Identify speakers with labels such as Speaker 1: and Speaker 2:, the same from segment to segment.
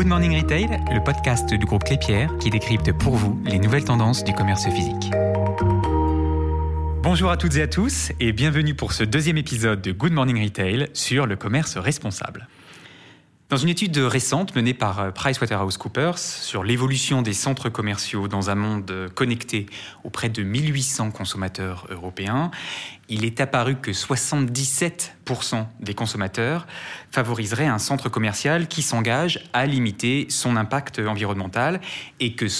Speaker 1: Good Morning Retail, le podcast du groupe Clépierre qui décrypte pour vous les nouvelles tendances du commerce physique. Bonjour à toutes et à tous et bienvenue pour ce deuxième épisode de Good Morning Retail sur le commerce responsable. Dans une étude récente menée par PricewaterhouseCoopers sur l'évolution des centres commerciaux dans un monde connecté auprès de 1800 consommateurs européens, il est apparu que 77% des consommateurs favoriseraient un centre commercial qui s'engage à limiter son impact environnemental et que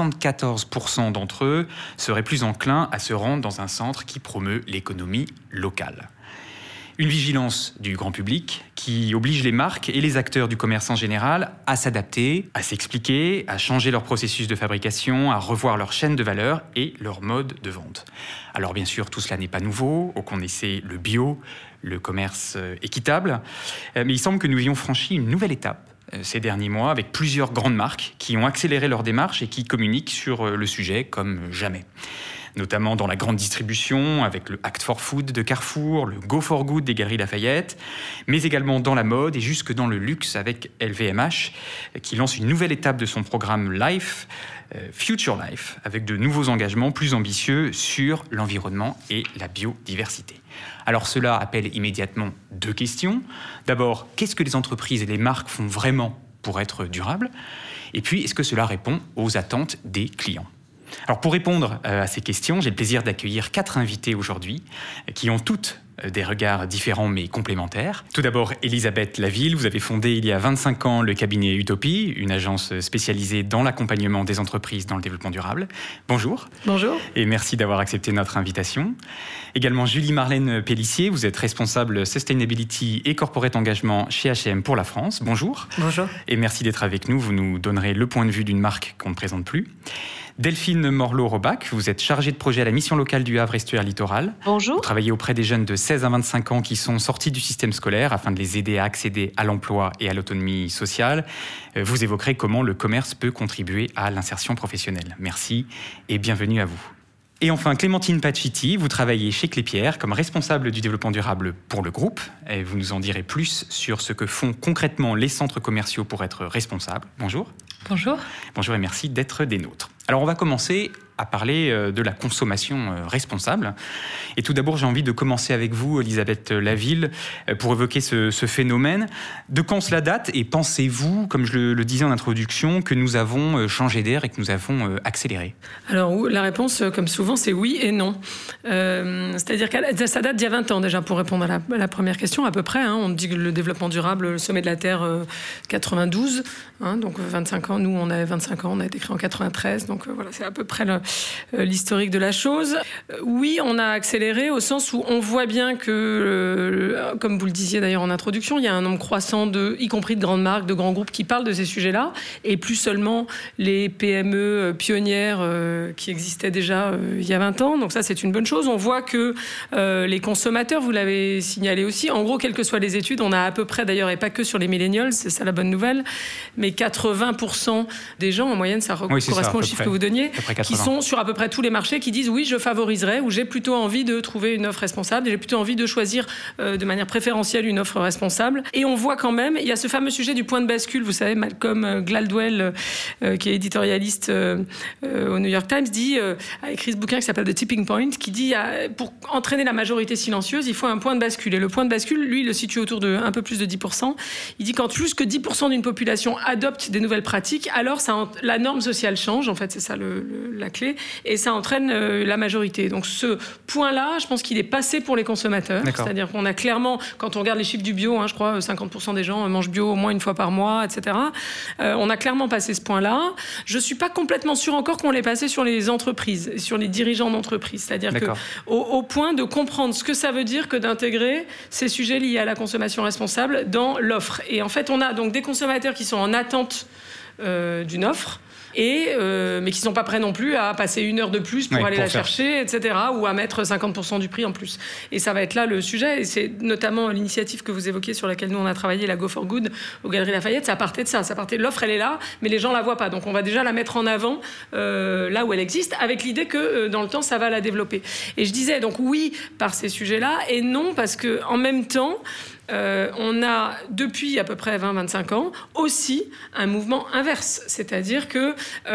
Speaker 1: 74% d'entre eux seraient plus enclins à se rendre dans un centre qui promeut l'économie locale. Une vigilance du grand public qui oblige les marques et les acteurs du commerce en général à s'adapter, à s'expliquer, à changer leur processus de fabrication, à revoir leur chaîne de valeur et leur mode de vente. Alors bien sûr, tout cela n'est pas nouveau. On connaissait le bio, le commerce équitable. Mais il semble que nous ayons franchi une nouvelle étape ces derniers mois avec plusieurs grandes marques qui ont accéléré leur démarche et qui communiquent sur le sujet comme jamais. Notamment dans la grande distribution, avec le Act for Food de Carrefour, le Go for Good des Galeries Lafayette, mais également dans la mode et jusque dans le luxe avec LVMH, qui lance une nouvelle étape de son programme Life, Future Life, avec de nouveaux engagements plus ambitieux sur l'environnement et la biodiversité. Alors cela appelle immédiatement deux questions. D'abord, qu'est-ce que les entreprises et les marques font vraiment pour être durables ? Et puis, est-ce que cela répond aux attentes des clients ? Alors pour répondre à ces questions, j'ai le plaisir d'accueillir 4 invités aujourd'hui qui ont toutes des regards différents mais complémentaires. Tout d'abord, Elisabeth Laville, vous avez fondé il y a 25 ans le cabinet Utopie, une agence spécialisée dans l'accompagnement des entreprises dans le développement durable. Bonjour.
Speaker 2: Bonjour.
Speaker 1: Et merci d'avoir accepté notre invitation. Également Julie-Marlène Pellissier, vous êtes responsable Sustainability et Corporate Engagement chez H&M pour la France. Bonjour.
Speaker 2: Bonjour.
Speaker 1: Et merci d'être avec nous, vous nous donnerez le point de vue d'une marque qu'on ne présente plus. Delphine Morlot-Robach, vous êtes chargée de projet à la mission locale du Havre Estuaire Littoral.
Speaker 2: Bonjour.
Speaker 1: Vous travaillez auprès des jeunes de 16 à 25 ans qui sont sortis du système scolaire afin de les aider à accéder à l'emploi et à l'autonomie sociale. Vous évoquerez comment le commerce peut contribuer à l'insertion professionnelle. Merci et bienvenue à vous. Et enfin, Clémentine Paccitti, vous travaillez chez Clépierre comme responsable du développement durable pour le groupe. Et vous nous en direz plus sur ce que font concrètement les centres commerciaux pour être responsables. Bonjour.
Speaker 2: Bonjour.
Speaker 1: Bonjour et merci d'être des nôtres. Alors on va commencer à parler de la consommation responsable. Et tout d'abord, j'ai envie de commencer avec vous, Elisabeth Laville, pour évoquer ce phénomène. De quand cela date et pensez-vous, comme je le disais en introduction, que nous avons changé d'air et que nous avons accéléré ?
Speaker 2: Alors la réponse, comme souvent, c'est oui et non. C'est-à-dire que ça date d'il y a 20 ans déjà, pour répondre à la première question, à peu près. On dit que le développement durable, le sommet de la Terre, 92, donc 25 ans. Nous, on avait 25 ans, on a été créé en 93, donc voilà, c'est à peu près l'historique de la chose. Oui, on a accéléré au sens où on voit bien que, comme vous le disiez d'ailleurs en introduction, il y a un nombre croissant y compris de grandes marques, de grands groupes qui parlent de ces sujets-là, et plus seulement les PME pionnières qui existaient déjà il y a 20 ans. Donc ça, c'est une bonne chose. On voit que les consommateurs, vous l'avez signalé aussi, en gros, quelles que soient les études, on a à peu près d'ailleurs, et pas que sur les millennials, c'est ça la bonne nouvelle, mais 80% des gens, en moyenne, ça correspond au chiffre que vous donniez, qui sont sur à peu près tous les marchés, qui disent oui, je favoriserais, ou j'ai plutôt envie de trouver une offre responsable, j'ai plutôt envie de choisir de manière préférentielle une offre responsable. Et on voit quand même, il y a ce fameux sujet du point de bascule, vous savez, Malcolm Gladwell, qui est éditorialiste au New York Times, a écrit ce bouquin qui s'appelle The Tipping Point, qui dit pour entraîner la majorité silencieuse, il faut un point de bascule. Et le point de bascule, lui, il le situe autour de un peu plus de 10%. Il dit quand plus que 10% d'une population adopte des nouvelles pratiques, alors la norme sociale change, en fait, c'est ça la clé, et ça entraîne la majorité. Donc ce point-là, je pense qu'il est passé pour les consommateurs. D'accord. C'est-à-dire qu'on a clairement, quand on regarde les chiffres du bio, je crois 50% des gens mangent bio au moins une fois par mois, etc. On a clairement passé ce point-là. Je suis pas complètement sûre encore qu'on l'ait passé sur les entreprises, sur les dirigeants d'entreprises. C'est-à-dire au point de comprendre ce que ça veut dire que d'intégrer ces sujets liés à la consommation responsable dans l'offre. Et en fait, on a donc des consommateurs qui sont en attente d'une offre, mais qui ne sont pas prêts non plus à passer 1 heure de plus pour aller la chercher, etc., ou à mettre 50% du prix en plus. Et ça va être là le sujet, et c'est notamment l'initiative que vous évoquiez sur laquelle nous on a travaillé, la Go for Good aux Galeries Lafayette, ça partait de ça, l'offre elle est là, mais les gens la voient pas, donc on va déjà la mettre en avant là où elle existe, avec l'idée que dans le temps ça va la développer. Et je disais donc oui par ces sujets-là, et non parce que en même temps on a, depuis à peu près 20-25 ans, aussi un mouvement inverse. C'est-à-dire que,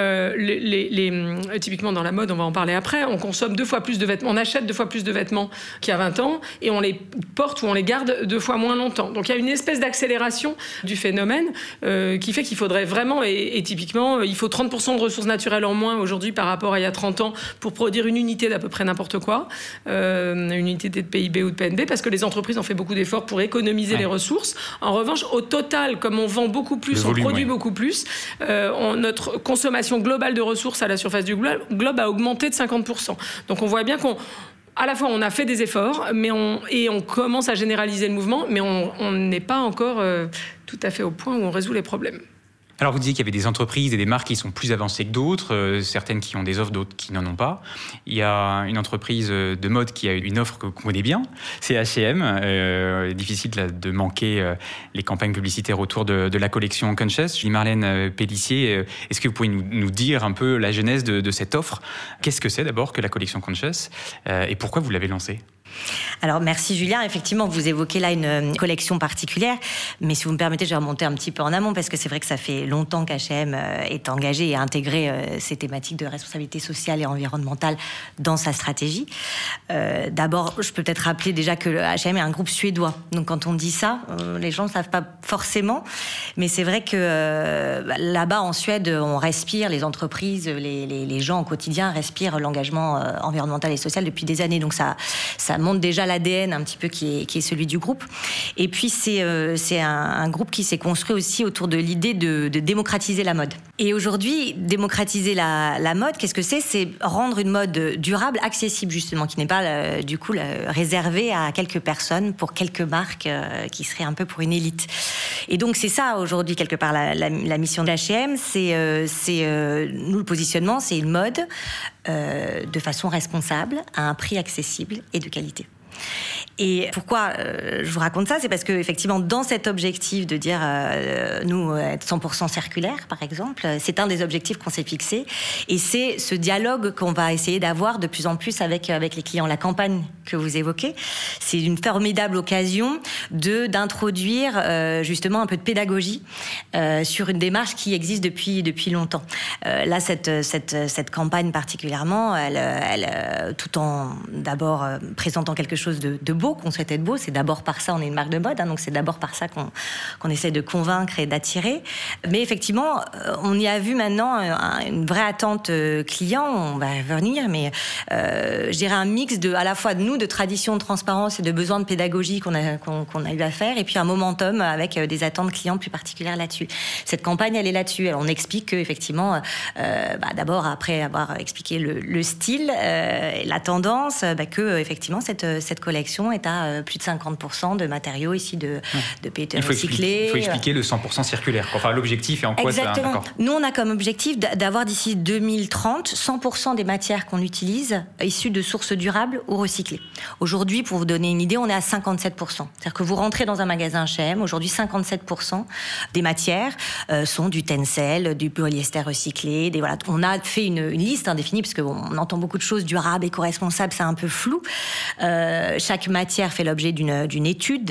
Speaker 2: typiquement dans la mode, on va en parler après, on consomme 2 fois plus de vêtements, on achète 2 fois plus de vêtements qu'il y a 20 ans, et on les porte ou on les garde 2 fois moins longtemps. Donc il y a une espèce d'accélération du phénomène qui fait qu'il faudrait vraiment, et typiquement, il faut 30% de ressources naturelles en moins aujourd'hui par rapport à il y a 30 ans pour produire une unité d'à peu près n'importe quoi, une unité de PIB ou de PNB, parce que les entreprises ont fait beaucoup d'efforts pour économiser les ressources. En revanche, au total, comme on vend beaucoup plus, on produit beaucoup plus, notre consommation globale de ressources à la surface du globe a augmenté de 50%. Donc on voit bien à la fois, on a fait des efforts, et on commence à généraliser le mouvement, mais on n'est pas encore tout à fait au point où on résout les problèmes.
Speaker 1: Alors vous disiez qu'il y avait des entreprises et des marques qui sont plus avancées que d'autres, certaines qui ont des offres, d'autres qui n'en ont pas. Il y a une entreprise de mode qui a une offre qu'on connaît bien, c'est H&M. Difficile de manquer les campagnes publicitaires autour de la collection Conscious. Julie-Marlène Pellissier, est-ce que vous pouvez nous dire un peu la genèse de cette offre ? Qu'est-ce que c'est d'abord que la collection Conscious et pourquoi vous l'avez lancée ?
Speaker 3: Alors merci Julien, effectivement vous évoquez là une collection particulière, mais si vous me permettez je vais remonter un petit peu en amont parce que c'est vrai que ça fait longtemps qu'H&M est engagé et a intégré ces thématiques de responsabilité sociale et environnementale dans sa stratégie. D'abord je peux peut-être rappeler déjà que H&M est un groupe suédois, donc quand on dit ça les gens ne savent pas forcément, mais c'est vrai que là-bas en Suède on respire, les entreprises, les gens au quotidien respirent l'engagement environnemental et social depuis des années, donc ça montre déjà l'ADN un petit peu qui est celui du groupe. Et puis c'est un groupe qui s'est construit aussi autour de l'idée de démocratiser la mode. Et aujourd'hui, démocratiser la mode, qu'est-ce que c'est ? C'est rendre une mode durable, accessible justement, qui n'est pas réservée à quelques personnes, pour quelques marques qui seraient un peu pour une élite. Et donc c'est ça aujourd'hui quelque part la mission de H&M, nous le positionnement, c'est une mode de façon responsable, à un prix accessible et de qualité. Et pourquoi je vous raconte ça ? C'est parce que effectivement, dans cet objectif de dire nous être 100% circulaire, par exemple, c'est un des objectifs qu'on s'est fixé, et c'est ce dialogue qu'on va essayer d'avoir de plus en plus avec les clients. La campagne que vous évoquez, c'est une formidable occasion d'introduire justement un peu de pédagogie sur une démarche qui existe depuis longtemps. Là, cette campagne particulièrement, elle tout en d'abord présentant quelque chose de beau, qu'on souhaite être beau, c'est d'abord par ça, on est une marque de mode, donc c'est d'abord par ça qu'on essaie de convaincre et d'attirer. Mais effectivement, on y a vu maintenant une vraie attente client, on va revenir, mais je dirais un mix à la fois de nous, de tradition, de transparence et de besoin de pédagogie qu'on a eu à faire, et puis un momentum avec des attentes clients plus particulières là-dessus. Cette campagne, elle est là-dessus. Alors, on explique qu'effectivement, d'abord, après avoir expliqué le style, la tendance, que effectivement, cette collection est à plus de 50% de matériaux ici de PET recyclés.
Speaker 1: Il faut expliquer le 100% circulaire. Enfin, l'objectif et en quoi
Speaker 3: Exactement.
Speaker 1: ça... D'accord.
Speaker 3: Nous, on a comme objectif d'avoir d'ici 2030 100% des matières qu'on utilise issues de sources durables ou recyclées. Aujourd'hui, pour vous donner une idée, on est à 57%. C'est-à-dire que vous rentrez dans un magasin H&M, aujourd'hui 57% des matières sont du tencel, du polyester recyclé. Voilà. On a fait une liste indéfinie parce qu'on entend beaucoup de choses durables, éco-responsables, c'est un peu flou. Chaque matière fait l'objet d'une étude,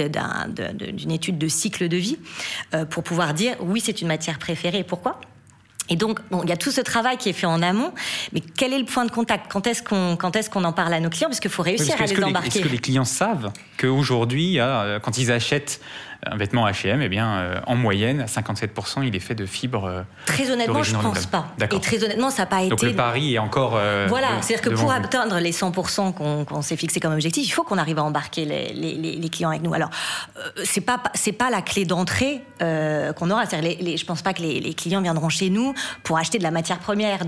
Speaker 3: d'une étude de cycle de vie pour pouvoir dire oui, c'est une matière préférée. Pourquoi ? Et donc, il y a tout ce travail qui est fait en amont, mais quel est le point de contact ? Quand est-ce qu'on en parle à nos clients ? Parce qu'il faut réussir à les embarquer.
Speaker 1: Est-ce que les clients savent qu'aujourd'hui, quand ils achètent un vêtement H&M, en moyenne, à 57%, il est fait de fibres
Speaker 3: très honnêtement, je ne pense pas.
Speaker 1: D'accord.
Speaker 3: Et très honnêtement, ça n'a pas été...
Speaker 1: Donc le pari est encore...
Speaker 3: voilà, c'est-à-dire que pour atteindre les 100% qu'on s'est fixé comme objectif, il faut qu'on arrive à embarquer les clients avec nous. Alors, c'est pas la clé d'entrée qu'on aura. C'est-à-dire je ne pense pas que les clients viendront chez nous pour acheter de la matière première,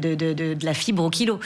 Speaker 3: de la fibre au kilo.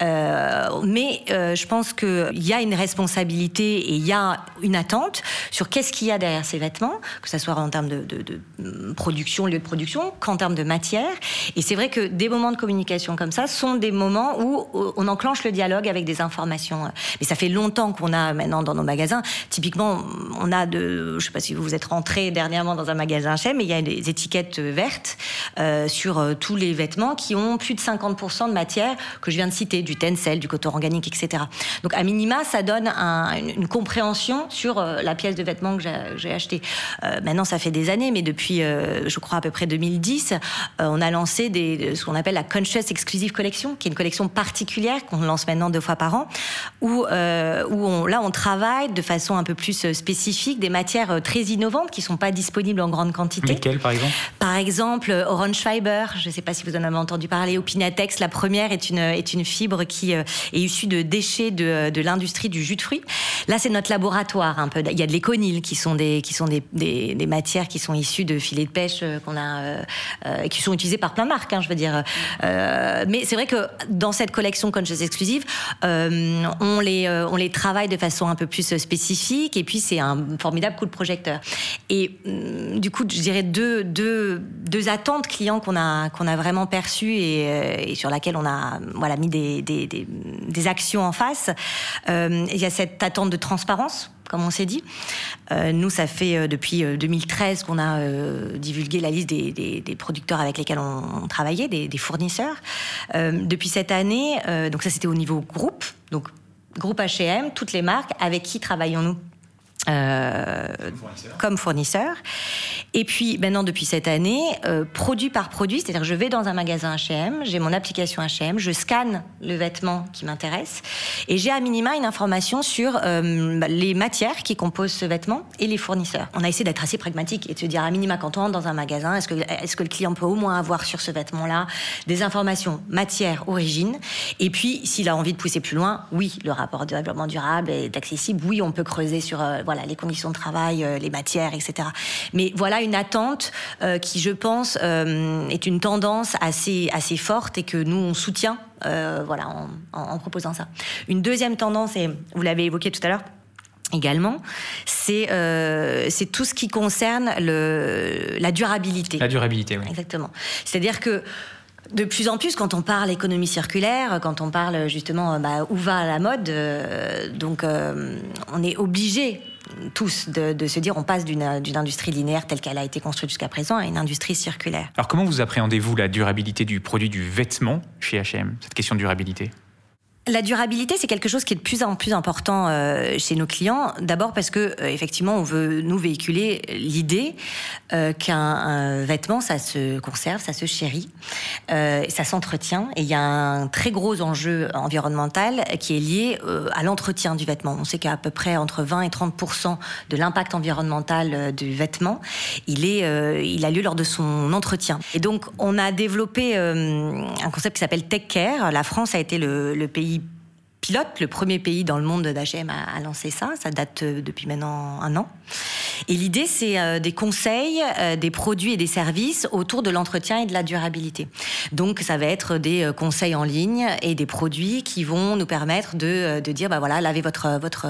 Speaker 3: Mais je pense qu'il y a une responsabilité et il y a une attente sur qu'est-ce qu'il y a derrière ces vêtements, que ce soit en termes de production, lieu de production, qu'en termes de matière. Et c'est vrai que des moments de communication comme ça sont des moments où on enclenche le dialogue avec des informations. Mais ça fait longtemps qu'on a maintenant dans nos magasins. Typiquement, on a je ne sais pas si vous êtes rentré dernièrement dans un magasin H&M, mais il y a des étiquettes vertes sur tous les vêtements qui ont plus de 50% de matière que je viens de citer, du tencel, du coton organique, etc. Donc à minima, ça donne une compréhension sur la pièce de vêtement que j'ai achetée. Maintenant, ça fait des années, mais depuis, je crois, à peu près 2010, on a lancé ce qu'on appelle la Conscious Exclusive Collection, qui est une collection particulière qu'on lance maintenant 2 fois par an, où on travaille de façon un peu plus spécifique des matières très innovantes qui ne sont pas disponibles en grande quantité.
Speaker 1: Lesquelles, par exemple ?
Speaker 3: Par exemple, Orange Fiber, je ne sais pas si vous en avez entendu parler, Opinatex, la première est une fibre qui est issue de déchets de l'industrie du jus de fruits. Là, c'est notre laboratoire un peu. Il y a de l'éconil qui sont des matières qui sont issues de filets de pêche qui sont utilisées par plein de marques, je veux dire. Mais c'est vrai que dans cette collection Conscious Exclusive, on les travaille de façon un peu plus spécifique, et puis c'est un formidable coup de projecteur. Et du coup, je dirais deux attentes clients qu'on a vraiment perçues et sur laquelle on a mis des actions en face. Il y a cette attente de transparence, comme on s'est dit. Nous, ça fait depuis 2013 qu'on a divulgué la liste des producteurs avec lesquels on travaillait, des fournisseurs. Depuis cette année, donc ça c'était au niveau groupe, donc groupe H&M, toutes les marques, avec qui travaillons-nous comme fournisseur. Et puis maintenant, depuis cette année, produit par produit, c'est-à-dire je vais dans un magasin H&M, j'ai mon application H&M, je scanne le vêtement qui m'intéresse et j'ai à minima une information sur les matières qui composent ce vêtement et les fournisseurs. On a essayé d'être assez pragmatique et de se dire à minima, quand on rentre dans un magasin, est-ce que le client peut au moins avoir sur ce vêtement-là des informations matière, origine, et puis s'il a envie de pousser plus loin, oui, le rapport de développement durable est accessible, oui, on peut creuser sur les conditions de travail, les matières, etc. Mais voilà une attente qui, je pense, est une tendance assez forte et que nous, on soutient en proposant ça. Une deuxième tendance, et vous l'avez évoqué tout à l'heure, également, c'est tout ce qui concerne la durabilité. La durabilité, oui. Exactement. C'est-à-dire que de plus en plus, quand on parle économie circulaire, quand on parle justement où va la mode, on est obligé tous de se dire on passe d'une industrie linéaire telle qu'elle a été construite jusqu'à présent à une industrie circulaire.
Speaker 1: Alors comment vous appréhendez-vous la durabilité du produit du vêtement chez H&M, cette question de durabilité ?
Speaker 3: La durabilité, c'est quelque chose qui est de plus en plus important chez nos clients. D'abord parce que effectivement, on veut nous véhiculer l'idée qu'un vêtement, ça se conserve, ça se chérit, ça s'entretient. Et il y a un très gros enjeu environnemental qui est lié à l'entretien du vêtement. On sait qu'à peu près entre 20 et 30% de l'impact environnemental du vêtement, il a lieu lors de son entretien. Et donc, on a développé un concept qui s'appelle Tech Care. La France a été le pays pilote, le premier pays dans le monde d'H&M à lancer ça. Ça date depuis maintenant 1 an. Et l'idée, c'est des conseils, des produits et des services autour de l'entretien et de la durabilité. Donc, ça va être des conseils en ligne et des produits qui vont nous permettre de dire, lavez votre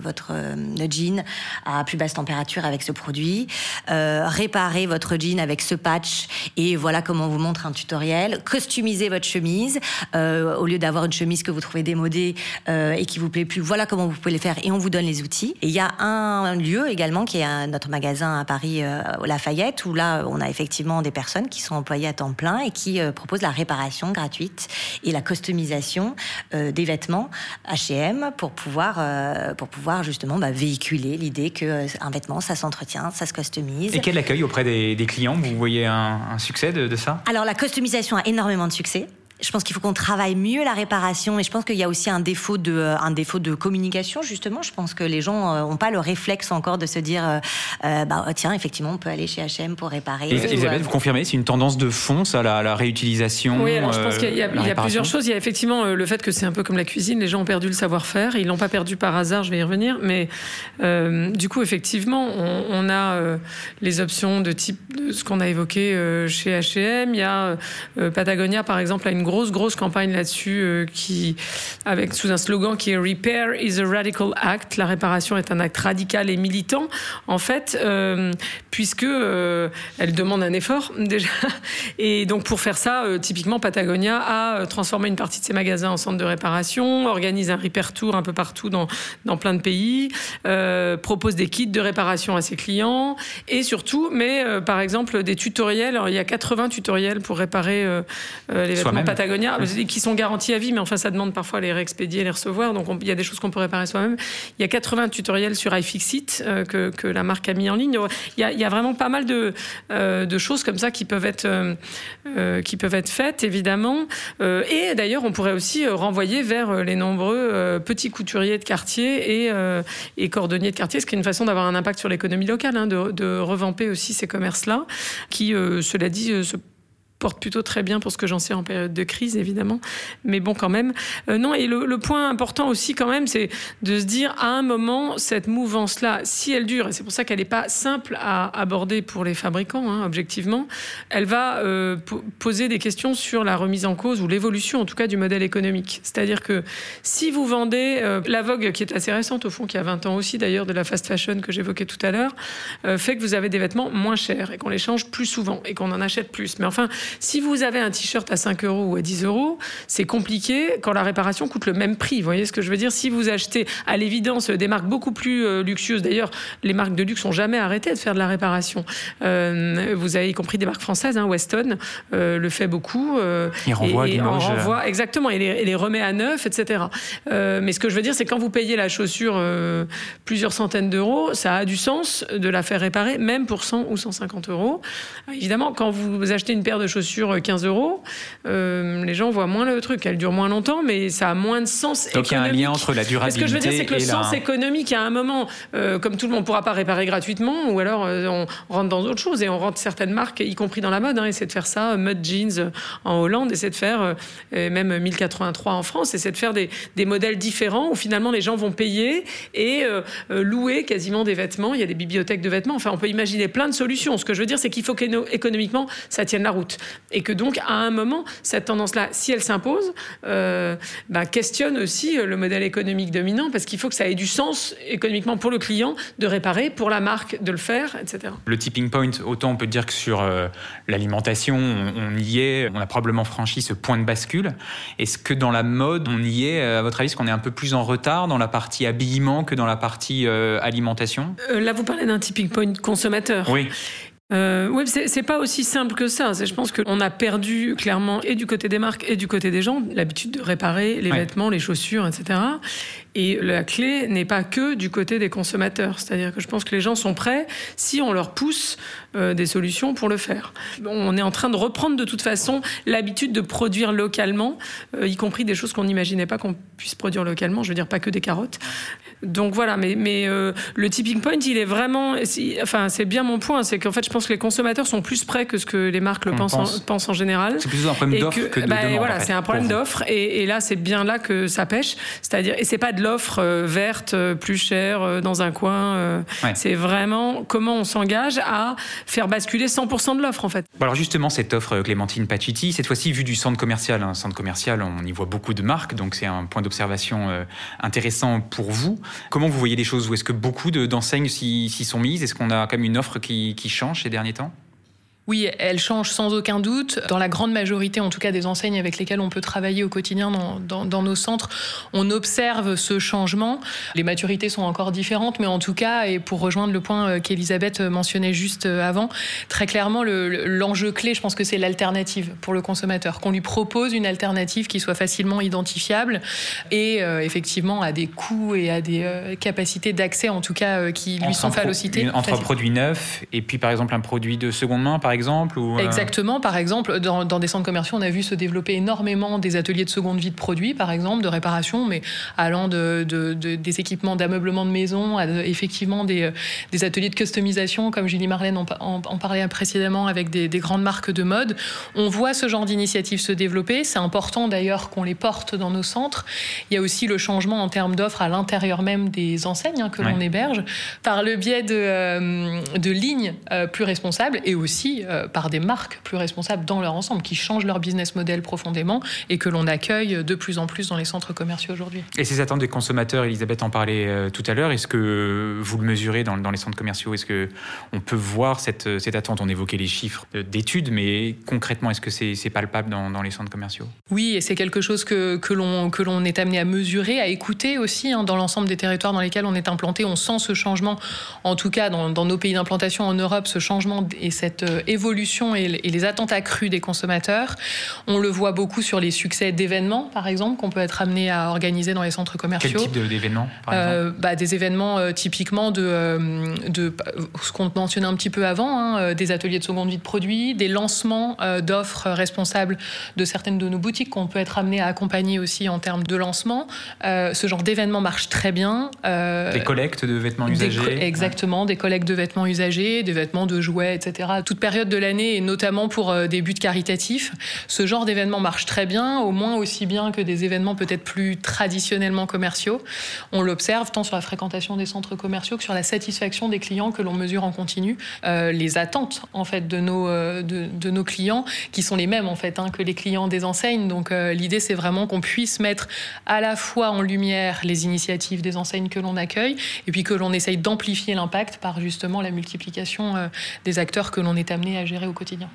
Speaker 3: jean à plus basse température avec ce produit, réparez votre jean avec ce patch et voilà comment on vous montre un tutoriel, customisez votre chemise, au lieu d'avoir une chemise que vous trouvez démodée et qui vous plaît plus, voilà comment vous pouvez le faire et on vous donne les outils. Et il y a un lieu également qui est notre magasin à Paris, Lafayette, où là, on a effectivement des personnes qui sont employées à temps plein et qui proposent la réparation gratuite et la customisation des vêtements H&M pour pouvoir justement véhiculer l'idée qu'un vêtement, ça s'entretient, ça se customise.
Speaker 1: Et quel accueil auprès des clients ? Vous voyez un succès de ça ?
Speaker 3: Alors, la customisation a énormément de succès. Je pense qu'il faut qu'on travaille mieux la réparation et je pense qu'il y a aussi un défaut de communication, justement. Je pense que les gens n'ont pas le réflexe encore de se dire tiens, effectivement, on peut aller chez H&M pour réparer.
Speaker 1: Elisabeth, vous confirmez, c'est une tendance de fond, ça, la réutilisation?
Speaker 2: Oui, alors je pense qu'il y a plusieurs choses. Il y a effectivement le fait que c'est un peu comme la cuisine, les gens ont perdu le savoir-faire, ils l'ont pas perdu par hasard, je vais y revenir, mais du coup, effectivement, on a les options de type de ce qu'on a évoqué chez H&M. Il y a Patagonia, par exemple, a une grosse grosse campagne là-dessus sous un slogan qui est Repair is a radical act. La réparation est un acte radical et militant, en fait, puisque elle demande un effort déjà. Et donc pour faire ça, typiquement Patagonia a transformé une partie de ses magasins en centre de réparation, organise un repair tour un peu partout dans plein de pays, propose des kits de réparation à ses clients et surtout par exemple des tutoriels. Alors, il y a 80 tutoriels pour réparer les vêtements Patagonia qui sont garantis à vie, mais enfin ça demande parfois les réexpédier, les recevoir, donc il y a des choses qu'on peut réparer soi-même. Il y a 80 tutoriels sur iFixit que la marque a mis en ligne. Il y a vraiment pas mal de choses comme ça qui peuvent être faites, évidemment. Et d'ailleurs, on pourrait aussi renvoyer vers les nombreux petits couturiers de quartier et cordonniers de quartier, ce qui est une façon d'avoir un impact sur l'économie locale, de revamper aussi ces commerces-là, qui, cela dit, se porte plutôt très bien pour ce que j'en sais en période de crise, évidemment. Mais bon, quand même. Non, et le point important aussi, quand même, c'est de se dire, à un moment, cette mouvance-là, si elle dure, et c'est pour ça qu'elle n'est pas simple à aborder pour les fabricants, objectivement, elle va poser des questions sur la remise en cause ou l'évolution, en tout cas, du modèle économique. C'est-à-dire que si vous vendez la Vogue, qui est assez récente, au fond, qui a 20 ans aussi, d'ailleurs, de la fast fashion que j'évoquais tout à l'heure, fait que vous avez des vêtements moins chers et qu'on les change plus souvent et qu'on en achète plus. Mais enfin, si vous avez un t-shirt à 5 € ou à 10 €, c'est compliqué quand la réparation coûte le même prix. Vous voyez ce que je veux dire ? Si vous achetez, à l'évidence, des marques beaucoup plus luxueuses, d'ailleurs, les marques de luxe n'ont jamais arrêté de faire de la réparation. Vous avez y compris des marques françaises, Weston le fait beaucoup.
Speaker 1: Il renvoie
Speaker 2: exactement, et les remet à neuf, etc. Mais ce que je veux dire, c'est que quand vous payez la chaussure plusieurs centaines d'euros, ça a du sens de la faire réparer, même pour 100 ou 150 €. Évidemment, quand vous achetez une paire de chaussures 15 €, les gens voient moins le truc. Elle dure moins longtemps, mais ça a moins de sens économique.
Speaker 1: Donc il y a un lien entre la durabilité et
Speaker 2: ce que je veux dire, c'est que le sens économique, à un moment, comme tout le monde ne pourra pas réparer gratuitement, ou alors on rentre dans autre chose, et on rentre certaines marques, y compris dans la mode, essaie de faire ça, Mud Jeans en Hollande, essaie de faire, même 1083 en France, essaie de faire des modèles différents, où finalement les gens vont payer et louer quasiment des vêtements. Il y a des bibliothèques de vêtements. Enfin, on peut imaginer plein de solutions. Ce que je veux dire, c'est qu'il faut qu'économiquement, ça tienne la route. Et que donc, à un moment, cette tendance-là, si elle s'impose, questionne aussi le modèle économique dominant, parce qu'il faut que ça ait du sens économiquement pour le client de réparer, pour la marque de le faire, etc.
Speaker 1: Le tipping point, autant on peut dire que sur l'alimentation, on y est, on a probablement franchi ce point de bascule. Est-ce que dans la mode, on y est, à votre avis, est-ce qu'on est un peu plus en retard dans la partie habillement que dans la partie alimentation ?
Speaker 2: Là, vous parlez d'un tipping point consommateur.
Speaker 1: Oui.
Speaker 2: Oui, c'est pas aussi simple que ça. Je pense qu'on a perdu clairement, et du côté des marques et du côté des gens, l'habitude de réparer les vêtements, les chaussures, etc. Et la clé n'est pas que du côté des consommateurs. C'est-à-dire que je pense que les gens sont prêts si on leur pousse des solutions pour le faire. On est en train de reprendre de toute façon l'habitude de produire localement, y compris des choses qu'on n'imaginait pas qu'on puisse produire localement. Je veux dire, pas que des carottes. Donc voilà, mais le tipping point, il est vraiment... c'est bien mon point, c'est qu'en fait, je pense que les consommateurs sont plus prêts que ce que les marques pensent en général.
Speaker 1: C'est plutôt un problème d'offre que de demande.
Speaker 2: Voilà, c'est un problème d'offre, et là, c'est bien là que ça pêche. C'est-à-dire, et c'est pas de l'offre verte, plus chère, dans un coin. C'est vraiment comment on s'engage à faire basculer 100% de l'offre, en fait.
Speaker 1: Bon, alors justement, cette offre Clémentine Pacciuti, cette fois-ci vue du centre commercial. Un centre commercial, on y voit beaucoup de marques, donc c'est un point d'observation intéressant pour vous. Comment vous voyez les choses ? Ou est-ce que beaucoup d'enseignes s'y sont mises ? Est-ce qu'on a quand même une offre qui change ces derniers temps ?
Speaker 4: Oui, elle change sans aucun doute. Dans la grande majorité, en tout cas, des enseignes avec lesquelles on peut travailler au quotidien dans nos centres, on observe ce changement. Les maturités sont encore différentes, mais en tout cas, et pour rejoindre le point qu'Elisabeth mentionnait juste avant, très clairement, l'enjeu clé, je pense que c'est l'alternative pour le consommateur, qu'on lui propose une alternative qui soit facilement identifiable et effectivement à des coûts et à des capacités d'accès, en tout cas, qui lui sont fallocités.
Speaker 1: Entre un produit neuf et puis, par exemple, un produit de seconde main, par exemple ou
Speaker 4: Exactement, par exemple, dans des centres commerciaux, on a vu se développer énormément des ateliers de seconde vie de produits, par exemple, de réparation, mais allant des équipements d'ameublement de maison à effectivement des ateliers de customisation, comme Julie Marlène en parlait précédemment, avec des grandes marques de mode. On voit ce genre d'initiatives se développer. C'est important d'ailleurs qu'on les porte dans nos centres. Il y a aussi le changement en termes d'offres à l'intérieur même des enseignes que l'on héberge, par le biais de lignes plus responsables et aussi aussi par des marques plus responsables dans leur ensemble, qui changent leur business model profondément et que l'on accueille de plus en plus dans les centres commerciaux aujourd'hui.
Speaker 1: Et ces attentes des consommateurs, Elisabeth en parlait tout à l'heure, est-ce que vous le mesurez dans les centres commerciaux? Est-ce qu'on peut voir cette attente? On évoquait les chiffres d'études, mais concrètement, est-ce que c'est palpable dans les centres commerciaux?
Speaker 4: Oui, et c'est quelque chose que l'on est amené à mesurer, à écouter aussi dans l'ensemble des territoires dans lesquels on est implanté. On sent ce changement, en tout cas dans nos pays d'implantation en Europe, ce changement et cette évolution et les attentes accrues des consommateurs. On le voit beaucoup sur les succès d'événements, par exemple, qu'on peut être amené à organiser dans les centres commerciaux.
Speaker 1: Quel type d'événements, par exemple?
Speaker 4: Des événements typiquement de ce qu'on mentionnait un petit peu avant, des ateliers de seconde vie de produits, des lancements d'offres responsables de certaines de nos boutiques qu'on peut être amené à accompagner aussi en termes de lancement. Ce genre d'événement marche très bien.
Speaker 1: Des collectes de vêtements usagés.
Speaker 4: Exactement, des collectes de vêtements usagés, des vêtements de jouets, etc. Toute période de l'année, et notamment pour des buts caritatifs. Ce genre d'événement marche très bien, au moins aussi bien que des événements peut-être plus traditionnellement commerciaux. On l'observe tant sur la fréquentation des centres commerciaux que sur la satisfaction des clients que l'on mesure en continu. Les attentes en fait de nos clients qui sont les mêmes en fait que les clients des enseignes. Donc l'idée c'est vraiment qu'on puisse mettre à la fois en lumière les initiatives des enseignes que l'on accueille et puis que l'on essaye d'amplifier l'impact par justement la multiplication des acteurs que l'on est amené à gérer au quotidien.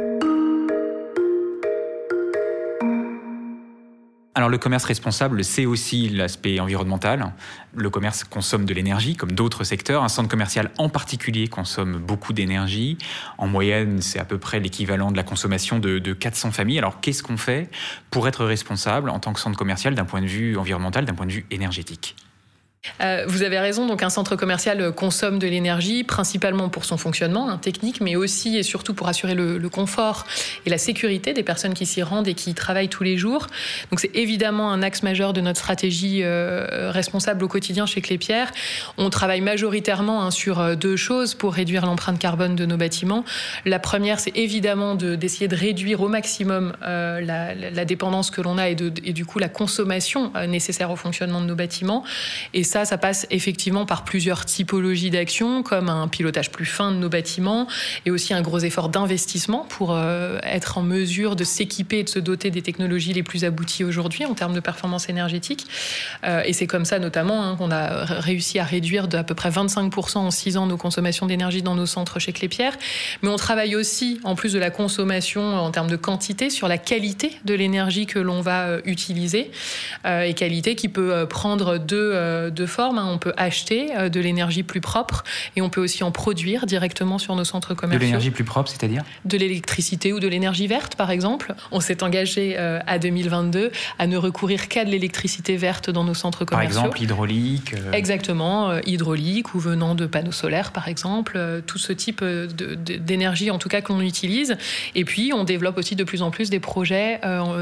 Speaker 1: Alors le commerce responsable, c'est aussi l'aspect environnemental. Le commerce consomme de l'énergie, comme d'autres secteurs. Un centre commercial en particulier consomme beaucoup d'énergie. En moyenne, c'est à peu près l'équivalent de la consommation de 400 familles. Alors qu'est-ce qu'on fait pour être responsable en tant que centre commercial d'un point de vue environnemental, d'un point de vue énergétique ?
Speaker 4: Vous avez raison, donc un centre commercial consomme de l'énergie, principalement pour son fonctionnement technique, mais aussi et surtout pour assurer le confort et la sécurité des personnes qui s'y rendent et qui y travaillent tous les jours. Donc c'est évidemment un axe majeur de notre stratégie responsable au quotidien chez Klépierre. On travaille majoritairement sur deux choses pour réduire l'empreinte carbone de nos bâtiments. La première, c'est évidemment d'essayer de réduire au maximum la dépendance que l'on a et du coup la consommation nécessaire au fonctionnement de nos bâtiments. Et ça passe effectivement par plusieurs typologies d'actions, comme un pilotage plus fin de nos bâtiments et aussi un gros effort d'investissement pour être en mesure de s'équiper et de se doter des technologies les plus abouties aujourd'hui en termes de performance énergétique. Et c'est comme ça notamment qu'on a réussi à réduire d'à peu près 25% en 6 ans nos consommations d'énergie dans nos centres chez Klépierre. Mais on travaille aussi, en plus de la consommation en termes de quantité, sur la qualité de l'énergie que l'on va utiliser et qualité qui peut prendre deux formes. On peut acheter de l'énergie plus propre et on peut aussi en produire directement sur nos centres commerciaux.
Speaker 1: De l'énergie plus propre, c'est-à-dire ?
Speaker 4: De l'électricité ou de l'énergie verte, par exemple. On s'est engagé à 2022 à ne recourir qu'à de l'électricité verte dans nos centres commerciaux.
Speaker 1: Par exemple, hydraulique
Speaker 4: Exactement, hydraulique ou venant de panneaux solaires, par exemple. Tout ce type d'énergie, en tout cas, que l'on utilise. Et puis, on développe aussi de plus en plus des projets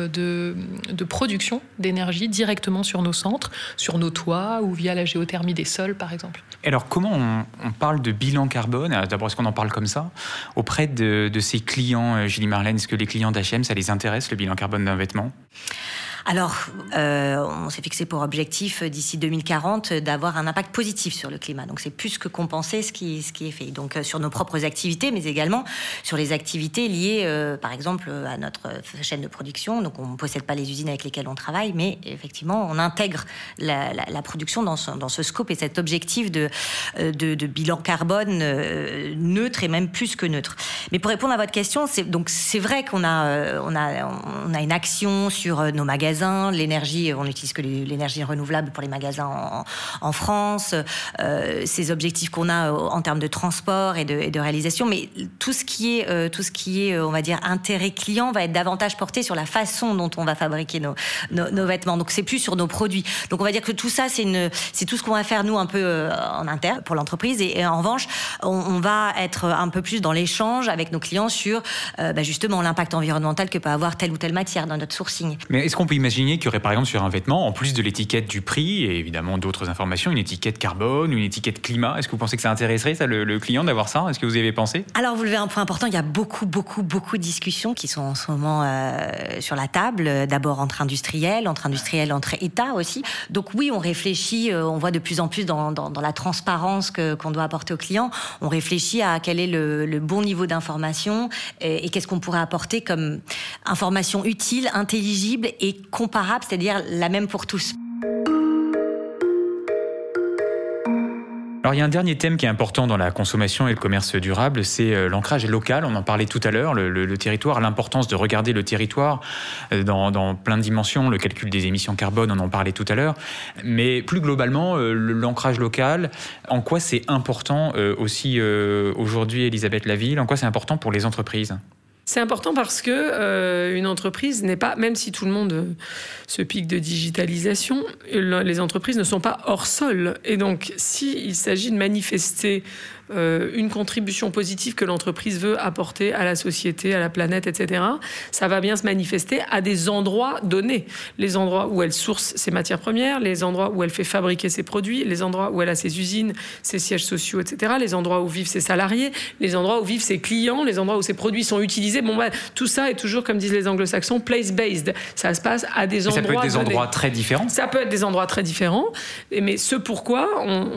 Speaker 4: de production d'énergie directement sur nos centres, sur nos toits ou via la géothermie des sols, par exemple.
Speaker 1: Alors, comment on parle de bilan carbone ? D'abord, est-ce qu'on en parle comme ça auprès de ses clients, Julie Marlène? Est-ce que les clients d'H&M, ça les intéresse, le bilan carbone d'un vêtement ?
Speaker 3: Alors, on s'est fixé pour objectif d'ici 2040 d'avoir un impact positif sur le climat. Donc, c'est plus que compenser ce qui est fait. Donc, sur nos propres activités, mais également sur les activités liées, par exemple, à notre chaîne de production. Donc, on ne possède pas les usines avec lesquelles on travaille, mais effectivement, on intègre la production dans ce scope et cet objectif de bilan carbone neutre et même plus que neutre. Mais pour répondre à votre question, c'est vrai qu'on a une action sur nos magasins. L'énergie, on n'utilise que l'énergie renouvelable pour les magasins en France, ces objectifs qu'on a en termes de transport et de réalisation, mais tout ce qui est, on va dire, intérêt client va être davantage porté sur la façon dont on va fabriquer nos vêtements. Donc c'est plus sur nos produits. Donc on va dire que tout ça, c'est tout ce qu'on va faire nous un peu en interne pour l'entreprise. Et en revanche, on va être un peu plus dans l'échange avec nos clients sur justement l'impact environnemental que peut avoir telle ou telle matière dans notre sourcing.
Speaker 1: Mais est-ce qu'on peut imaginer imaginiez qu'il y aurait par exemple sur un vêtement, en plus de l'étiquette du prix et évidemment d'autres informations, une étiquette carbone, une étiquette climat? Est-ce que vous pensez que ça intéresserait ça, le client d'avoir ça? Est-ce que vous y avez pensé?
Speaker 3: Alors, vous levez un point important. Il y a beaucoup de discussions qui sont en ce moment sur la table. D'abord entre industriels, entre États aussi. Donc oui, on réfléchit, on voit de plus en plus dans la transparence qu'on doit apporter aux clients, on réfléchit à quel est le bon niveau d'information et qu'est-ce qu'on pourrait apporter comme information utile, intelligible et comparable, c'est-à-dire la même pour tous.
Speaker 1: Alors il y a un dernier thème qui est important dans la consommation et le commerce durable, c'est l'ancrage local. On en parlait tout à l'heure, le territoire, l'importance de regarder le territoire dans plein de dimensions, le calcul des émissions carbone, on en parlait tout à l'heure. Mais plus globalement, l'ancrage local, en quoi c'est important aussi aujourd'hui, Elisabeth Laville, en quoi c'est important pour les entreprises ?
Speaker 2: C'est important parce que une entreprise n'est pas, même si tout le monde se pique de digitalisation, les entreprises ne sont pas hors sol. Et donc, s'il s'agit de manifester une contribution positive que l'entreprise veut apporter à la société, à la planète, etc., ça va bien se manifester à des endroits donnés. Les endroits où elle source ses matières premières, les endroits où elle fait fabriquer ses produits, les endroits où elle a ses usines, ses sièges sociaux, etc., les endroits où vivent ses salariés, les endroits où vivent ses clients, les endroits où ses produits sont utilisés. Tout ça est toujours, comme disent les anglo-saxons, place-based. Ça se passe à des endroits donnés. Ça peut être des endroits
Speaker 1: très différents.
Speaker 2: Ça peut être des endroits très différents. Mais ce pourquoi,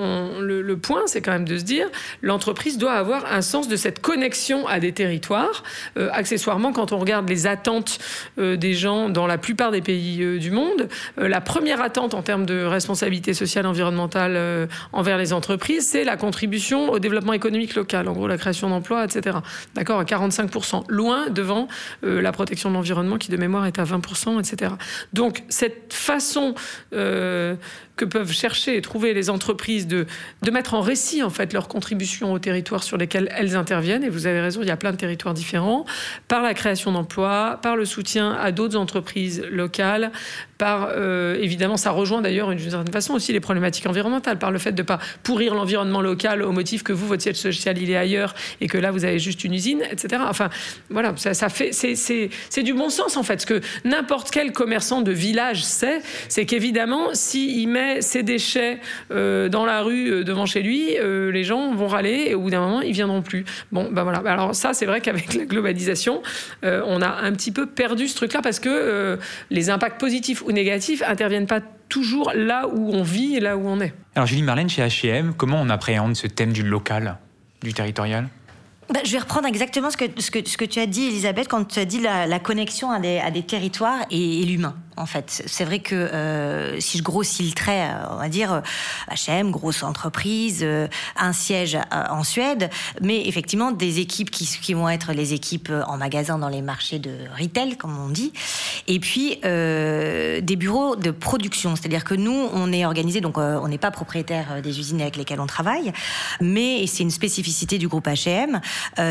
Speaker 2: le point, c'est quand même de se dire, l'entreprise doit avoir un sens de cette connexion à des territoires. Accessoirement, quand on regarde les attentes des gens dans la plupart des pays du monde, la première attente en termes de responsabilité sociale et environnementale envers les entreprises, c'est la contribution au développement économique local, en gros la création d'emplois, etc. D'accord, à 45%. Loin devant la protection de l'environnement qui, de mémoire, est à 20%, etc. Donc, cette façon que peuvent chercher et trouver les entreprises de mettre en récit, en fait, leur contribution aux territoires sur lesquels elles interviennent, et vous avez raison, il y a plein de territoires différents, par la création d'emplois, par le soutien à d'autres entreprises locales, par, évidemment, ça rejoint d'ailleurs d'une certaine façon aussi les problématiques environnementales, par le fait de ne pas pourrir l'environnement local au motif que vous, votre siège social, il est ailleurs, et que là, vous avez juste une usine, etc. Enfin, voilà, ça fait, c'est du bon sens, en fait. Ce que n'importe quel commerçant de village sait, c'est qu'évidemment, s'il met ses déchets dans la rue devant chez lui, les gens vont râler, et au bout d'un moment, ils viendront plus. Bon, ben voilà. Alors ça, c'est vrai qu'avec la globalisation, on a un petit peu perdu ce truc-là, parce que les impacts positifs ou négatifs interviennent pas toujours là où on vit et là où on est.
Speaker 1: Alors Julie Marlène, chez H&M, comment on appréhende ce thème du local, du territorial ?
Speaker 3: Je vais reprendre exactement ce que tu as dit, Elisabeth, quand tu as dit la connexion à des territoires et l'humain. En fait, c'est vrai que si je grossis le trait, on va dire H&M, grosse entreprise, un siège en Suède, mais effectivement des équipes qui vont être les équipes en magasin dans les marchés de retail, comme on dit, et puis des bureaux de production. C'est-à-dire que nous, on est organisé, donc on n'est pas propriétaire des usines avec lesquelles on travaille, mais et c'est une spécificité du groupe H&M.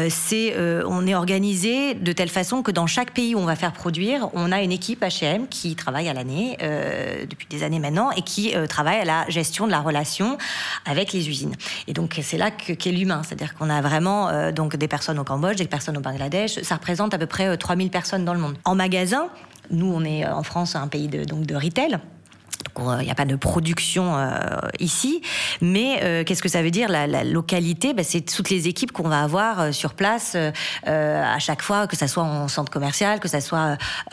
Speaker 3: On est organisé de telle façon que dans chaque pays où on va faire produire, on a une équipe H&M qui travaille à l'année, depuis des années maintenant, et qui travaille à la gestion de la relation avec les usines. Et donc, c'est là qu'est l'humain. C'est-à-dire qu'on a vraiment donc des personnes au Cambodge, des personnes au Bangladesh. Ça représente à peu près 3000 personnes dans le monde. En magasin, nous, on est en France un pays de retail. Il n'y a pas de production ici, mais qu'est-ce que ça veut dire la localité? C'est toutes les équipes qu'on va avoir sur place à chaque fois, que ça soit en centre commercial, que ça soit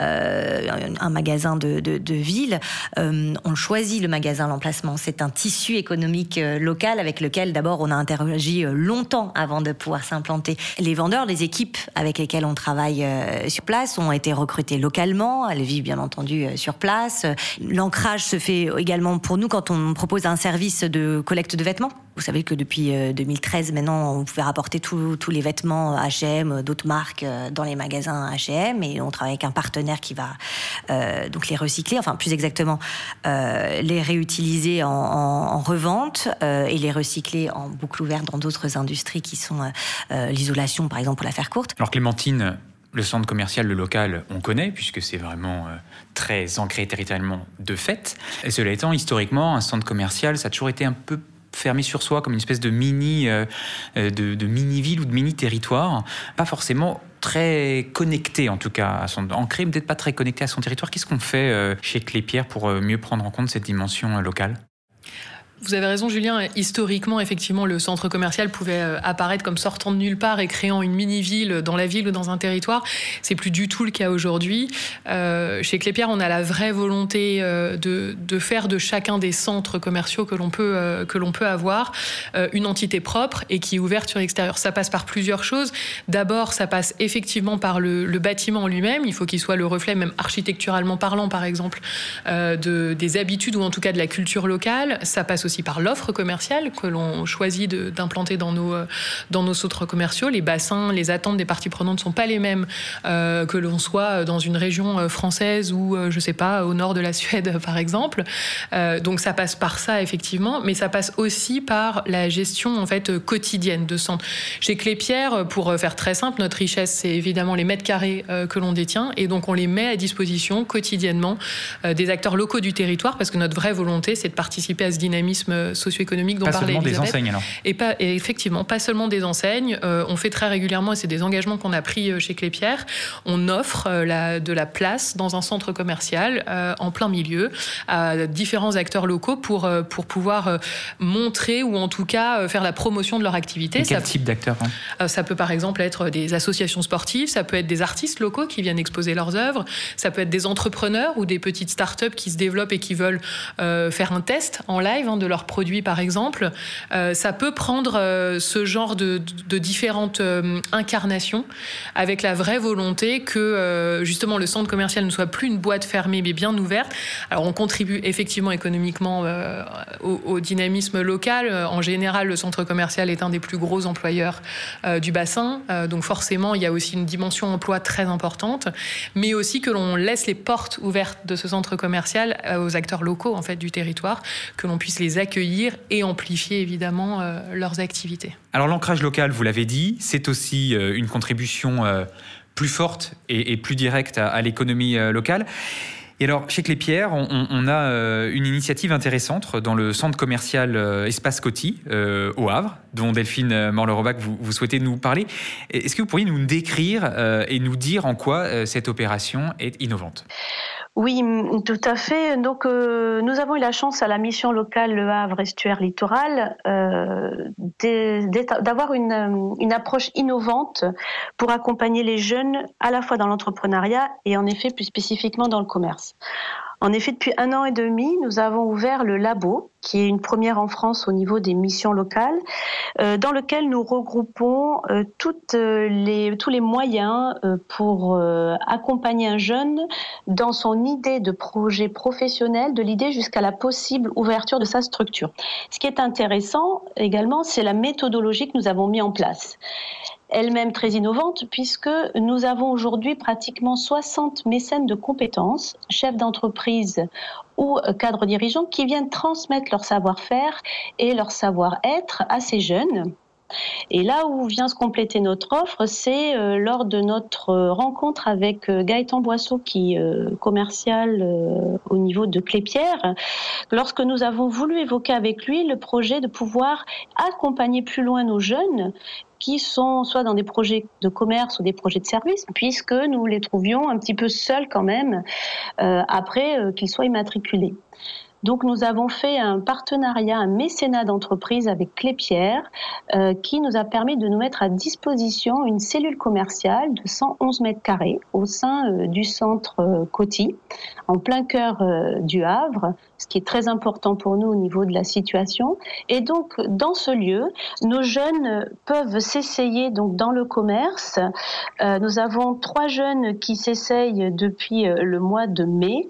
Speaker 3: un magasin de ville. On choisit le magasin, l'emplacement. C'est un tissu économique local avec lequel d'abord on a interagi longtemps avant de pouvoir s'implanter. Les vendeurs, les équipes avec lesquelles on travaille sur place ont été recrutées localement. Elles vivent bien entendu sur place. L'ancrage se fait également pour nous quand on propose un service de collecte de vêtements. Vous savez que depuis 2013, maintenant, on pouvait rapporter tous les vêtements H&M, d'autres marques dans les magasins H&M, et on travaille avec un partenaire qui va donc les recycler, enfin plus exactement les réutiliser en revente et les recycler en boucle ouverte dans d'autres industries qui sont l'isolation, par exemple, pour la faire courte.
Speaker 1: Alors Clémentine, le centre commercial, le local, on connaît, puisque c'est vraiment très ancré territorialement de fait. Et cela étant, historiquement, un centre commercial, ça a toujours été un peu fermé sur soi, comme une espèce de mini-ville ou de mini-territoire, pas forcément très connecté, en tout cas, ancré, mais peut-être pas très connecté à son territoire. Qu'est-ce qu'on fait chez Clépierre pour mieux prendre en compte cette dimension locale ?
Speaker 4: Vous avez raison, Julien. Historiquement, effectivement, le centre commercial pouvait apparaître comme sortant de nulle part et créant une mini-ville dans la ville ou dans un territoire. C'est plus du tout le cas aujourd'hui. Chez Clépierre, on a la vraie volonté de faire de chacun des centres commerciaux que l'on peut avoir une entité propre et qui est ouverte sur l'extérieur. Ça passe par plusieurs choses. D'abord, ça passe effectivement par le bâtiment en lui-même. Il faut qu'il soit le reflet, même architecturalement parlant, par exemple, des habitudes ou en tout cas de la culture locale. Ça passe aussi par l'offre commerciale que l'on choisit d'implanter dans nos centres commerciaux. Les bassins, les attentes des parties prenantes ne sont pas les mêmes que l'on soit dans une région française ou, je ne sais pas, au nord de la Suède, par exemple. Donc ça passe par ça, effectivement, mais ça passe aussi par la gestion en fait, quotidienne de centres. Chez Clépierre, pour faire très simple, notre richesse, c'est évidemment les mètres carrés que l'on détient, et donc on les met à disposition quotidiennement des acteurs locaux du territoire, parce que notre vraie volonté, c'est de participer à ce dynamisme socio-économique dont parlait Elisabeth.
Speaker 1: Pas seulement des enseignes, alors.
Speaker 4: Et effectivement, pas seulement des enseignes. On fait très régulièrement, et c'est des engagements qu'on a pris chez Clépierre, on offre de la place dans un centre commercial en plein milieu à différents acteurs locaux pour pouvoir montrer ou en tout cas faire la promotion de leur activité.
Speaker 1: Quel type d'acteurs
Speaker 4: Ça peut par exemple être des associations sportives, ça peut être des artistes locaux qui viennent exposer leurs œuvres, ça peut être des entrepreneurs ou des petites start-up qui se développent et qui veulent faire un test en live de leurs produits, par exemple. Ça peut prendre ce genre de différentes incarnations avec la vraie volonté que, justement, le centre commercial ne soit plus une boîte fermée, mais bien ouverte. Alors, on contribue effectivement économiquement au dynamisme local. En général, le centre commercial est un des plus gros employeurs du bassin. Donc, forcément, il y a aussi une dimension emploi très importante, mais aussi que l'on laisse les portes ouvertes de ce centre commercial aux acteurs locaux, en fait, du territoire, que l'on puisse les accueillir et amplifier évidemment leurs activités.
Speaker 1: Alors l'ancrage local, vous l'avez dit, c'est aussi une contribution plus forte et plus directe à l'économie locale. Et alors, chez Clépierre, on a une initiative intéressante dans le centre commercial Espace Coty, au Havre, dont Delphine Morle-Robach, vous souhaitez nous parler. Est-ce que vous pourriez nous décrire et nous dire en quoi cette opération est innovante ?
Speaker 5: Oui, tout à fait. Donc, nous avons eu la chance à la mission locale Le Havre Estuaire Littoral d'avoir une approche innovante pour accompagner les jeunes à la fois dans l'entrepreneuriat et en effet plus spécifiquement dans le commerce. En effet, depuis 1 an et demi, nous avons ouvert le Labo, qui est une première en France au niveau des missions locales, dans lequel nous regroupons tous les moyens pour accompagner un jeune dans son idée de projet professionnel, de l'idée jusqu'à la possible ouverture de sa structure. Ce qui est intéressant également, c'est la méthodologie que nous avons mis en place. Elle-même très innovante puisque nous avons aujourd'hui pratiquement 60 mécènes de compétences, chefs d'entreprise ou cadres dirigeants qui viennent transmettre leur savoir-faire et leur savoir-être à ces jeunes. Et là où vient se compléter notre offre, c'est lors de notre rencontre avec Gaëtan Boisseau, qui est commercial au niveau de Clépierre, lorsque nous avons voulu évoquer avec lui le projet de pouvoir accompagner plus loin nos jeunes qui sont soit dans des projets de commerce ou des projets de service, puisque nous les trouvions un petit peu seuls quand même après qu'ils soient immatriculés. Donc nous avons fait un partenariat, un mécénat d'entreprise avec Clépierre qui nous a permis de nous mettre à disposition une cellule commerciale de 111 mètres carrés au sein du centre Coty, en plein cœur du Havre, ce qui est très important pour nous au niveau de la situation. Et donc dans ce lieu, nos jeunes peuvent s'essayer donc dans le commerce. Nous avons 3 jeunes qui s'essayent depuis le mois de mai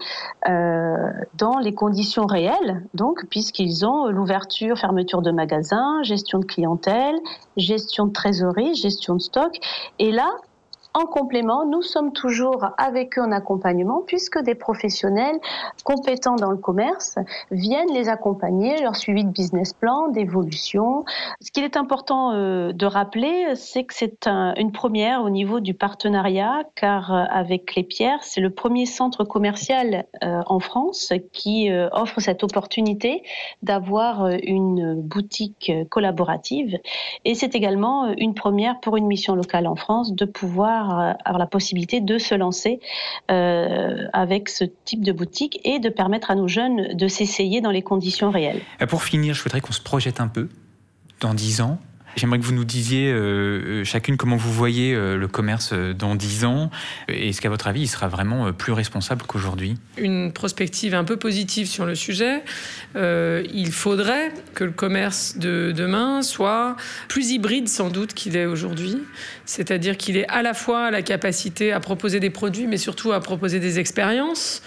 Speaker 5: dans les conditions réelles, donc puisqu'ils ont l'ouverture, fermeture de magasins, gestion de clientèle, gestion de trésorerie, gestion de stock. Et là, en complément, nous sommes toujours avec eux en accompagnement puisque des professionnels compétents dans le commerce viennent les accompagner, leur suivi de business plan, d'évolution. Ce qu'il est important de rappeler, c'est que c'est une première au niveau du partenariat, car avec Clépierre, c'est le premier centre commercial en France qui offre cette opportunité d'avoir une boutique collaborative. Et c'est également une première pour une mission locale en France de pouvoir pouvoir avoir la possibilité de se lancer avec ce type de boutique et de permettre à nos jeunes de s'essayer dans les conditions réelles.
Speaker 1: Pour finir, je voudrais qu'on se projette un peu dans 10 ans. J'aimerais que vous nous disiez chacune comment vous voyez le commerce dans 10 ans. Est-ce qu'à votre avis, il sera vraiment plus responsable qu'aujourd'hui ?
Speaker 2: Une prospective un peu positive sur le sujet. Il faudrait que le commerce de demain soit plus hybride sans doute qu'il est aujourd'hui. C'est-à-dire qu'il ait à la fois la capacité à proposer des produits, mais surtout à proposer des expériences,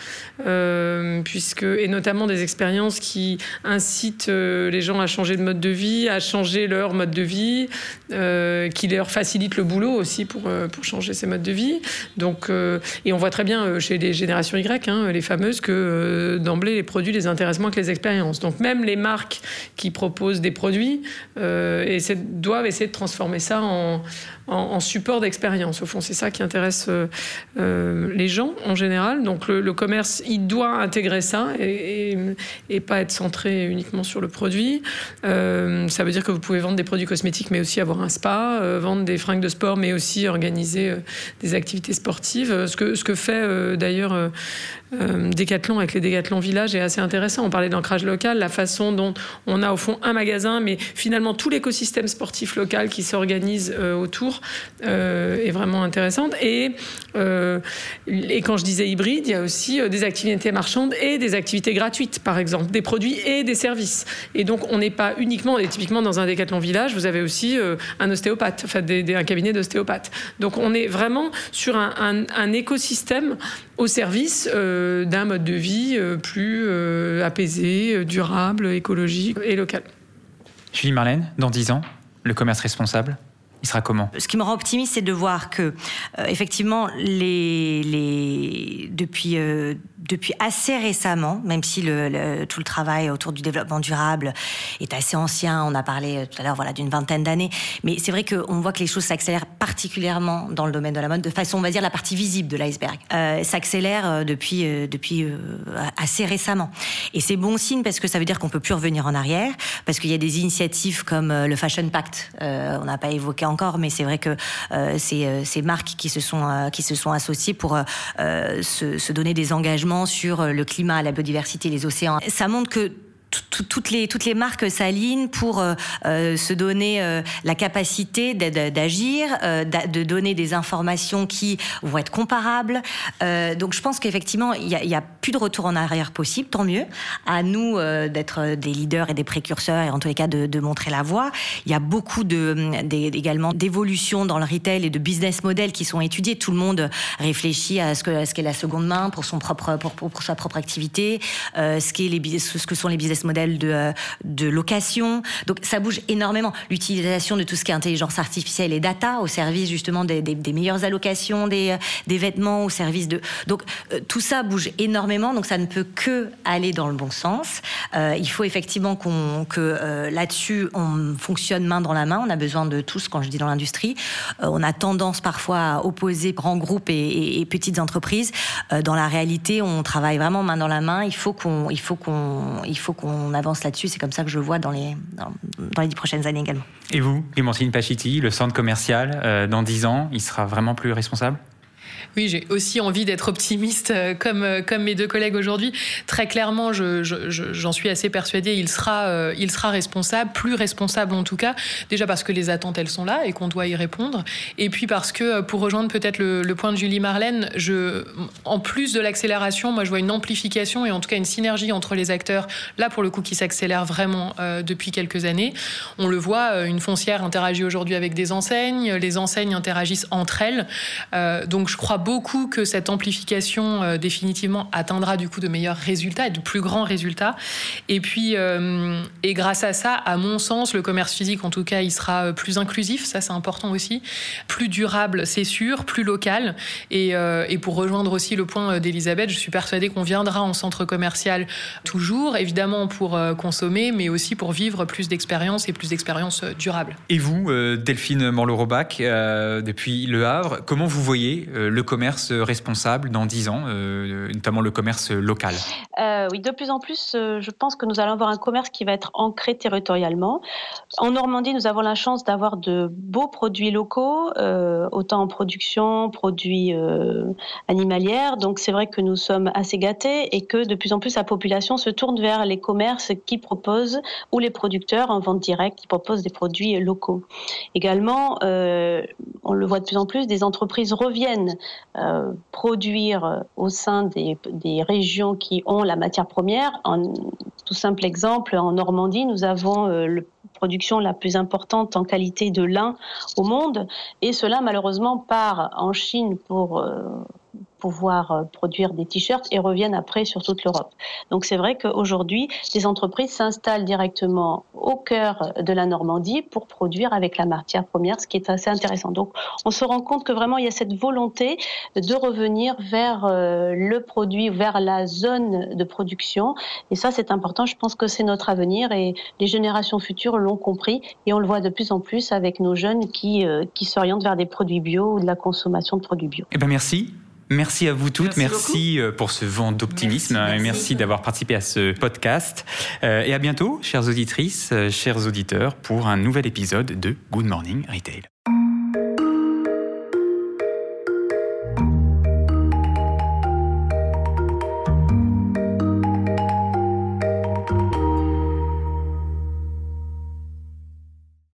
Speaker 2: et notamment des expériences qui incitent les gens à changer de mode de vie, à changer leur mode de vie, qui leur facilite le boulot aussi pour changer ces modes de vie. Donc, et on voit très bien chez les générations Y, les fameuses, que d'emblée les produits les intéressent moins que les expériences. Donc même les marques qui proposent des produits doivent essayer de transformer ça en support d'expérience. Au fond, c'est ça qui intéresse les gens en général. Donc le commerce, il doit intégrer ça et pas être centré uniquement sur le produit. Ça veut dire que vous pouvez vendre des produits cosmétiques, mais aussi avoir un spa, vendre des fringues de sport, mais aussi organiser des activités sportives. Ce que fait d'ailleurs Decathlon avec les Decathlon Village est assez intéressant. On parlait d'ancrage local, la façon dont on a au fond un magasin, mais finalement tout l'écosystème sportif local qui s'organise autour est vraiment intéressante. Et quand je disais hybride, il y a aussi des activités marchandes et des activités gratuites, par exemple, des produits et des services. Et donc on n'est pas uniquement, on est typiquement dans un Decathlon Village, vous avez aussi un ostéopathe, enfin un cabinet d'ostéopathe. Donc on est vraiment sur un écosystème au service d'un mode de vie plus apaisé, durable, écologique et local.
Speaker 1: Julie Marlène, dans 10 ans, le commerce responsable, il sera comment ?
Speaker 3: Ce qui me rend optimiste, c'est de voir que, effectivement, depuis assez récemment, même si tout le travail autour du développement durable est assez ancien, on a parlé tout à l'heure d'une vingtaine d'années, mais c'est vrai qu'on voit que les choses s'accélèrent particulièrement dans le domaine de la mode, de façon, on va dire, la partie visible de l'iceberg. S'accélère depuis assez récemment. Et c'est bon signe parce que ça veut dire qu'on peut plus revenir en arrière, parce qu'il y a des initiatives comme le Fashion Pact, on n'a pas évoqué encore, mais c'est vrai que ces marques qui se sont associées pour se donner des engagements sur le climat, la biodiversité, les océans. Ça montre que toutes les marques s'alignent pour se donner la capacité d'agir, de donner des informations qui vont être comparables. Donc je pense qu'effectivement, il y a plus de retour en arrière possible, tant mieux. À nous d'être des leaders et des précurseurs et en tous les cas de montrer la voie. Il y a beaucoup également d'évolutions dans le retail et de business models qui sont étudiés. Tout le monde réfléchit à ce qu'est la seconde main pour sa propre activité, ce que sont les business modèles de location. Donc ça bouge énormément. L'utilisation de tout ce qui est intelligence artificielle et data au service justement des meilleures allocations des vêtements, au service de... Donc tout ça bouge énormément, donc ça ne peut que aller dans le bon sens. Il faut effectivement que là-dessus on fonctionne main dans la main. On a besoin de tous, quand je dis dans l'industrie. On a tendance parfois à opposer grands groupes et petites entreprises. Dans la réalité, on travaille vraiment main dans la main. Il faut qu'on avance là-dessus. C'est comme ça que je le vois dans les 10 prochaines années également.
Speaker 1: Et vous, Clémentine Pachiti, le centre commercial, dans 10 ans, il sera vraiment plus responsable ?
Speaker 4: Oui, j'ai aussi envie d'être optimiste comme mes deux collègues aujourd'hui. Très clairement, j'en suis assez persuadée, il sera responsable, plus responsable en tout cas, déjà parce que les attentes, elles sont là et qu'on doit y répondre, et puis parce que, pour rejoindre peut-être le point de Julie Marlène, en plus de l'accélération, moi je vois une amplification et en tout cas une synergie entre les acteurs, là pour le coup qui s'accélère vraiment depuis quelques années. On le voit, une foncière interagit aujourd'hui avec des enseignes, les enseignes interagissent entre elles, donc je crois beaucoup que cette amplification définitivement atteindra du coup de meilleurs résultats et de plus grands résultats. Et puis, et grâce à ça, à mon sens, le commerce physique, en tout cas, il sera plus inclusif, ça c'est important aussi, plus durable, c'est sûr, plus local. Et pour rejoindre aussi le point d'Elisabeth, je suis persuadée qu'on viendra en centre commercial toujours, évidemment pour consommer, mais aussi pour vivre plus d'expériences et plus d'expériences durables.
Speaker 1: Et vous, Delphine Morleau-Robach, depuis Le Havre, comment vous voyez le commerce responsable dans 10 ans, notamment le commerce local?
Speaker 5: Oui, de plus en plus, je pense que nous allons avoir un commerce qui va être ancré territorialement. En Normandie, nous avons la chance d'avoir de beaux produits locaux, autant en production, produits animalières. Donc c'est vrai que nous sommes assez gâtés et que de plus en plus la population se tourne vers les commerces qui proposent, ou les producteurs en vente directe qui proposent des produits locaux. Également, on le voit de plus en plus, des entreprises reviennent produire au sein des régions qui ont la matière première. Tout simple exemple, en Normandie, nous avons la production la plus importante en qualité de lin au monde, et cela malheureusement part en Chine pour pouvoir produire des t-shirts et reviennent après sur toute l'Europe. Donc c'est vrai qu'aujourd'hui, des entreprises s'installent directement au cœur de la Normandie pour produire avec la matière première, ce qui est assez intéressant. Donc on se rend compte que vraiment il y a cette volonté de revenir vers le produit, vers la zone de production, et ça c'est important. Je pense que c'est notre avenir et les générations futures l'ont compris, et on le voit de plus en plus avec nos jeunes qui s'orientent vers des produits bio ou de la consommation de produits bio.
Speaker 1: Eh bien merci. Merci à vous toutes, merci pour ce vent d'optimisme, merci d'avoir participé à ce podcast et à bientôt, chères auditrices, chers auditeurs, pour un nouvel épisode de Good Morning Retail.